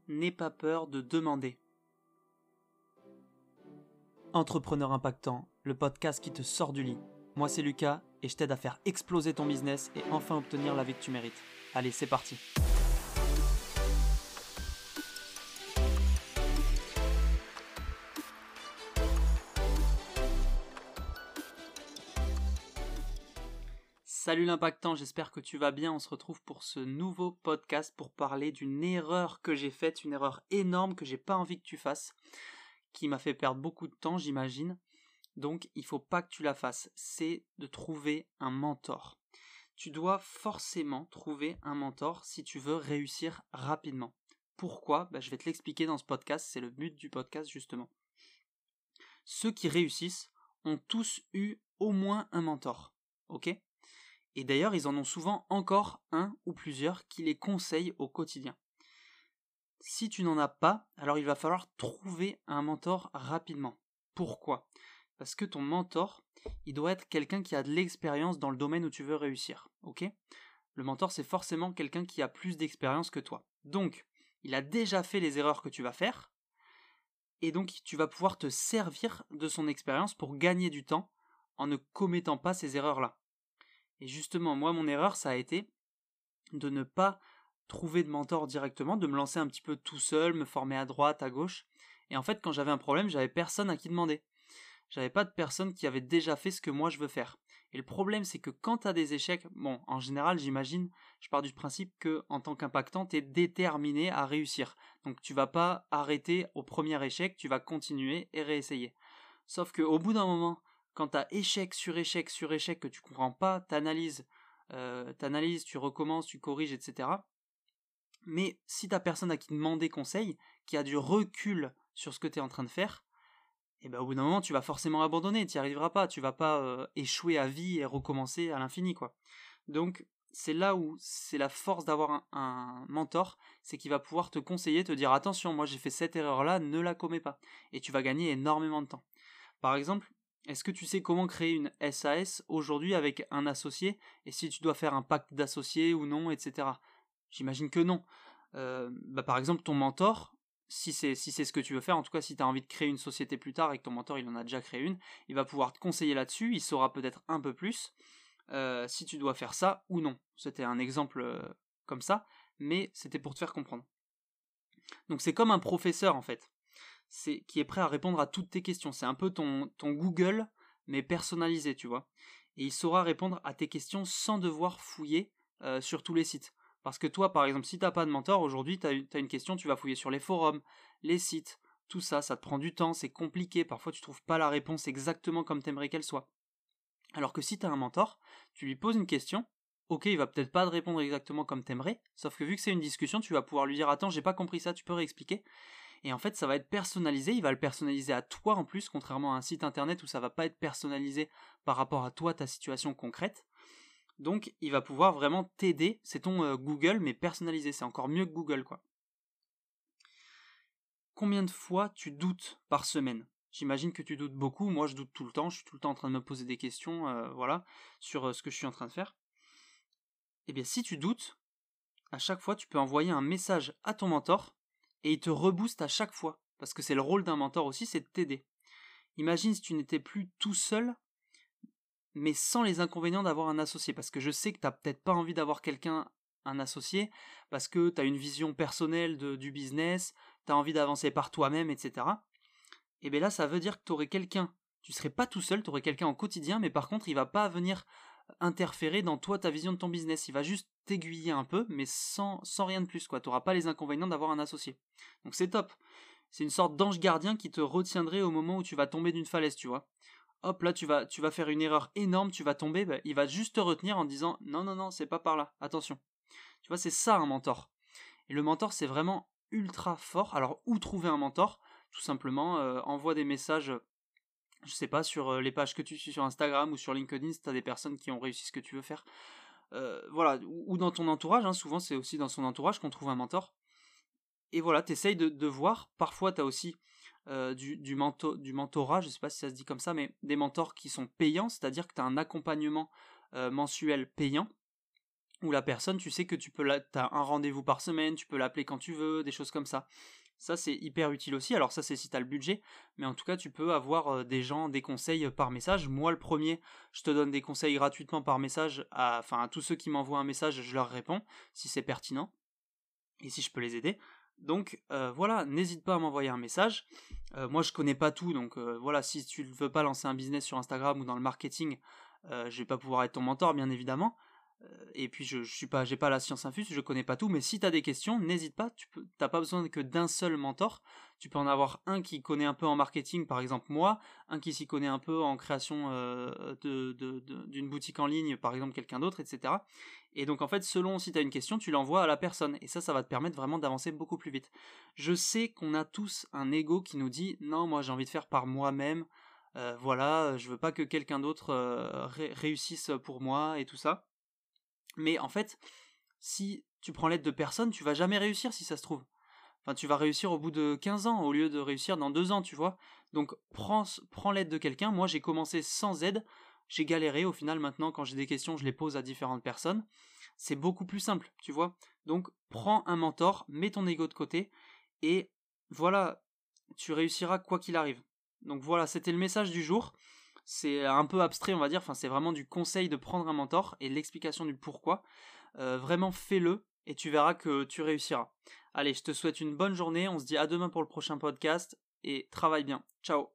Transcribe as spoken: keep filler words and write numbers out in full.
n'aie pas peur de demander. Entrepreneur impactant, le podcast qui te sort du lit. Moi c'est Lucas et je t'aide à faire exploser ton business et enfin obtenir la vie que tu mérites. Allez, c'est parti. Salut l'impactant, j'espère que tu vas bien. On se retrouve pour ce nouveau podcast pour parler d'une erreur que j'ai faite, une erreur énorme que j'ai pas envie que tu fasses, qui m'a fait perdre beaucoup de temps, j'imagine. Donc il faut pas que tu la fasses, c'est de trouver un mentor. Tu dois forcément trouver un mentor si tu veux réussir rapidement. Pourquoi ? Ben, je vais te l'expliquer dans ce podcast, c'est le but du podcast justement. Ceux qui réussissent ont tous eu au moins un mentor, ok ? Et d'ailleurs, ils en ont souvent encore un ou plusieurs qui les conseillent au quotidien. Si tu n'en as pas, alors il va falloir trouver un mentor rapidement. Pourquoi ? Parce que ton mentor, il doit être quelqu'un qui a de l'expérience dans le domaine où tu veux réussir, ok ? Le mentor, c'est forcément quelqu'un qui a plus d'expérience que toi. Donc, il a déjà fait les erreurs que tu vas faire, et donc tu vas pouvoir te servir de son expérience pour gagner du temps en ne commettant pas ces erreurs-là. Et justement, moi, mon erreur, ça a été de ne pas trouver de mentor directement, de me lancer un petit peu tout seul, me former à droite, à gauche. Et en fait, quand j'avais un problème, j'avais personne à qui demander. J'avais pas de personne qui avait déjà fait ce que moi je veux faire. Et le problème, c'est que quand tu as des échecs, bon, en général, j'imagine, je pars du principe que en tant qu'impactant, tu es déterminé à réussir. Donc tu vas pas arrêter au premier échec, tu vas continuer et réessayer. Sauf qu'au bout d'un moment, quand tu as échec sur échec sur échec que tu comprends pas, t'analyses, euh, t'analyses, tu recommences, tu corriges, et cetera. Mais si t'as personne à qui demander conseil, qui a du recul sur ce que tu es en train de faire, et ben au bout d'un moment tu vas forcément abandonner, tu n'y arriveras pas, tu vas pas euh, échouer à vie et recommencer à l'infini, quoi. Donc c'est là où c'est la force d'avoir un, un mentor, c'est qu'il va pouvoir te conseiller, te dire attention, moi j'ai fait cette erreur là, ne la commets pas, et tu vas gagner énormément de temps. Par exemple, est-ce que tu sais comment créer une S A S aujourd'hui avec un associé, et si tu dois faire un pacte d'associés ou non, et cetera. J'imagine que non. Euh, bah par exemple, ton mentor, si c'est, si c'est ce que tu veux faire, en tout cas si tu as envie de créer une société plus tard et que ton mentor il en a déjà créé une, il va pouvoir te conseiller là-dessus, il saura peut-être un peu plus euh, si tu dois faire ça ou non. C'était un exemple euh, comme ça, mais c'était pour te faire comprendre. Donc c'est comme un professeur en fait. C'est, qui est prêt à répondre à toutes tes questions. C'est un peu ton, ton Google, mais personnalisé, tu vois. Et il saura répondre à tes questions sans devoir fouiller euh, sur tous les sites. Parce que toi, par exemple, si tu n'as pas de mentor, aujourd'hui, tu as une question, tu vas fouiller sur les forums, les sites, tout ça, ça te prend du temps, c'est compliqué, parfois tu trouves pas la réponse exactement comme tu aimerais qu'elle soit. Alors que si tu as un mentor, tu lui poses une question, ok, il va peut-être pas te répondre exactement comme tu aimerais, sauf que vu que c'est une discussion, tu vas pouvoir lui dire, attends, j'ai pas compris ça, tu peux réexpliquer. Et en fait, ça va être personnalisé, il va le personnaliser à toi en plus, contrairement à un site internet où ça va pas être personnalisé par rapport à toi, ta situation concrète. Donc, il va pouvoir vraiment t'aider, c'est ton euh, Google, mais personnalisé, c'est encore mieux que Google, quoi. Combien de fois tu doutes par semaine ? J'imagine que tu doutes beaucoup, moi je doute tout le temps, je suis tout le temps en train de me poser des questions, euh, voilà, sur euh, ce que je suis en train de faire. Eh bien, si tu doutes, à chaque fois, tu peux envoyer un message à ton mentor, et il te rebooste à chaque fois, parce que c'est le rôle d'un mentor aussi, c'est de t'aider. Imagine si tu n'étais plus tout seul, mais sans les inconvénients d'avoir un associé, parce que je sais que tu n'as peut-être pas envie d'avoir quelqu'un, un associé, parce que tu as une vision personnelle de, du business, tu as envie d'avancer par toi-même, et cetera. Et bien là, ça veut dire que tu aurais quelqu'un, tu serais pas tout seul, tu aurais quelqu'un au quotidien, mais par contre, il va pas venir interférer dans toi, ta vision de ton business, il va juste t'aiguiller un peu, mais sans, sans rien de plus, quoi. Tu n'auras pas les inconvénients d'avoir un associé. Donc c'est top. C'est une sorte d'ange gardien qui te retiendrait au moment où tu vas tomber d'une falaise, tu vois. Hop, là, tu vas, tu vas faire une erreur énorme, tu vas tomber, bah, il va juste te retenir en disant « Non, non, non, c'est pas par là, attention ». Tu vois, c'est ça un mentor. Et le mentor, c'est vraiment ultra fort. Alors, où trouver un mentor ? Tout simplement, euh, envoie des messages, je sais pas, sur euh, les pages que tu suis sur Instagram ou sur LinkedIn, si tu as des personnes qui ont réussi ce que tu veux faire. Euh, voilà, ou, ou dans ton entourage, hein, souvent c'est aussi dans son entourage qu'on trouve un mentor. Et voilà, t'essayes de, de voir, parfois t'as aussi euh, du, du, mento, du mentorat, je sais pas si ça se dit comme ça, mais des mentors qui sont payants, c'est-à-dire que t'as un accompagnement euh, mensuel payant, où la personne, tu sais que tu peux la... t'as un rendez-vous par semaine, tu peux l'appeler quand tu veux, des choses comme ça. Ça, c'est hyper utile aussi. Alors ça, c'est si tu as le budget, mais en tout cas, tu peux avoir euh, des gens, des conseils par message. Moi, le premier, je te donne des conseils gratuitement par message, à... enfin, à tous ceux qui m'envoient un message, je leur réponds, si c'est pertinent, et si je peux les aider. Donc euh, voilà, n'hésite pas à m'envoyer un message. Euh, moi, je connais pas tout, donc euh, voilà, si tu ne veux pas lancer un business sur Instagram ou dans le marketing, euh, je vais pas pouvoir être ton mentor, bien évidemment. Et puis je, je suis pas, j'ai pas la science infuse, je connais pas tout, mais si tu as des questions, n'hésite pas, tu peux, t'as pas besoin que d'un seul mentor, tu peux en avoir un qui connaît un peu en marketing, par exemple moi, un qui s'y connaît un peu en création euh, de, de, de, d'une boutique en ligne, par exemple quelqu'un d'autre, et cetera. Et donc en fait, selon si tu as une question, tu l'envoies à la personne, et ça, ça va te permettre vraiment d'avancer beaucoup plus vite. Je sais qu'on a tous un ego qui nous dit, non, moi j'ai envie de faire par moi-même, euh, voilà, je veux pas que quelqu'un d'autre euh, ré- réussisse pour moi, et tout ça. Mais en fait, si tu prends l'aide de personne, tu vas jamais réussir si ça se trouve. Enfin, tu vas réussir au bout de quinze ans au lieu de réussir dans deux ans, tu vois. Donc, prends, prends l'aide de quelqu'un. Moi, j'ai commencé sans aide. J'ai galéré. Au final, maintenant, quand j'ai des questions, je les pose à différentes personnes. C'est beaucoup plus simple, tu vois. Donc, prends un mentor, mets ton ego de côté, et voilà, tu réussiras quoi qu'il arrive. Donc voilà, c'était le message du jour. C'est un peu abstrait, on va dire. Enfin, c'est vraiment du conseil de prendre un mentor et l'explication du pourquoi. Euh, vraiment, fais-le et tu verras que tu réussiras. Allez, je te souhaite une bonne journée. On se dit à demain pour le prochain podcast et travaille bien. Ciao.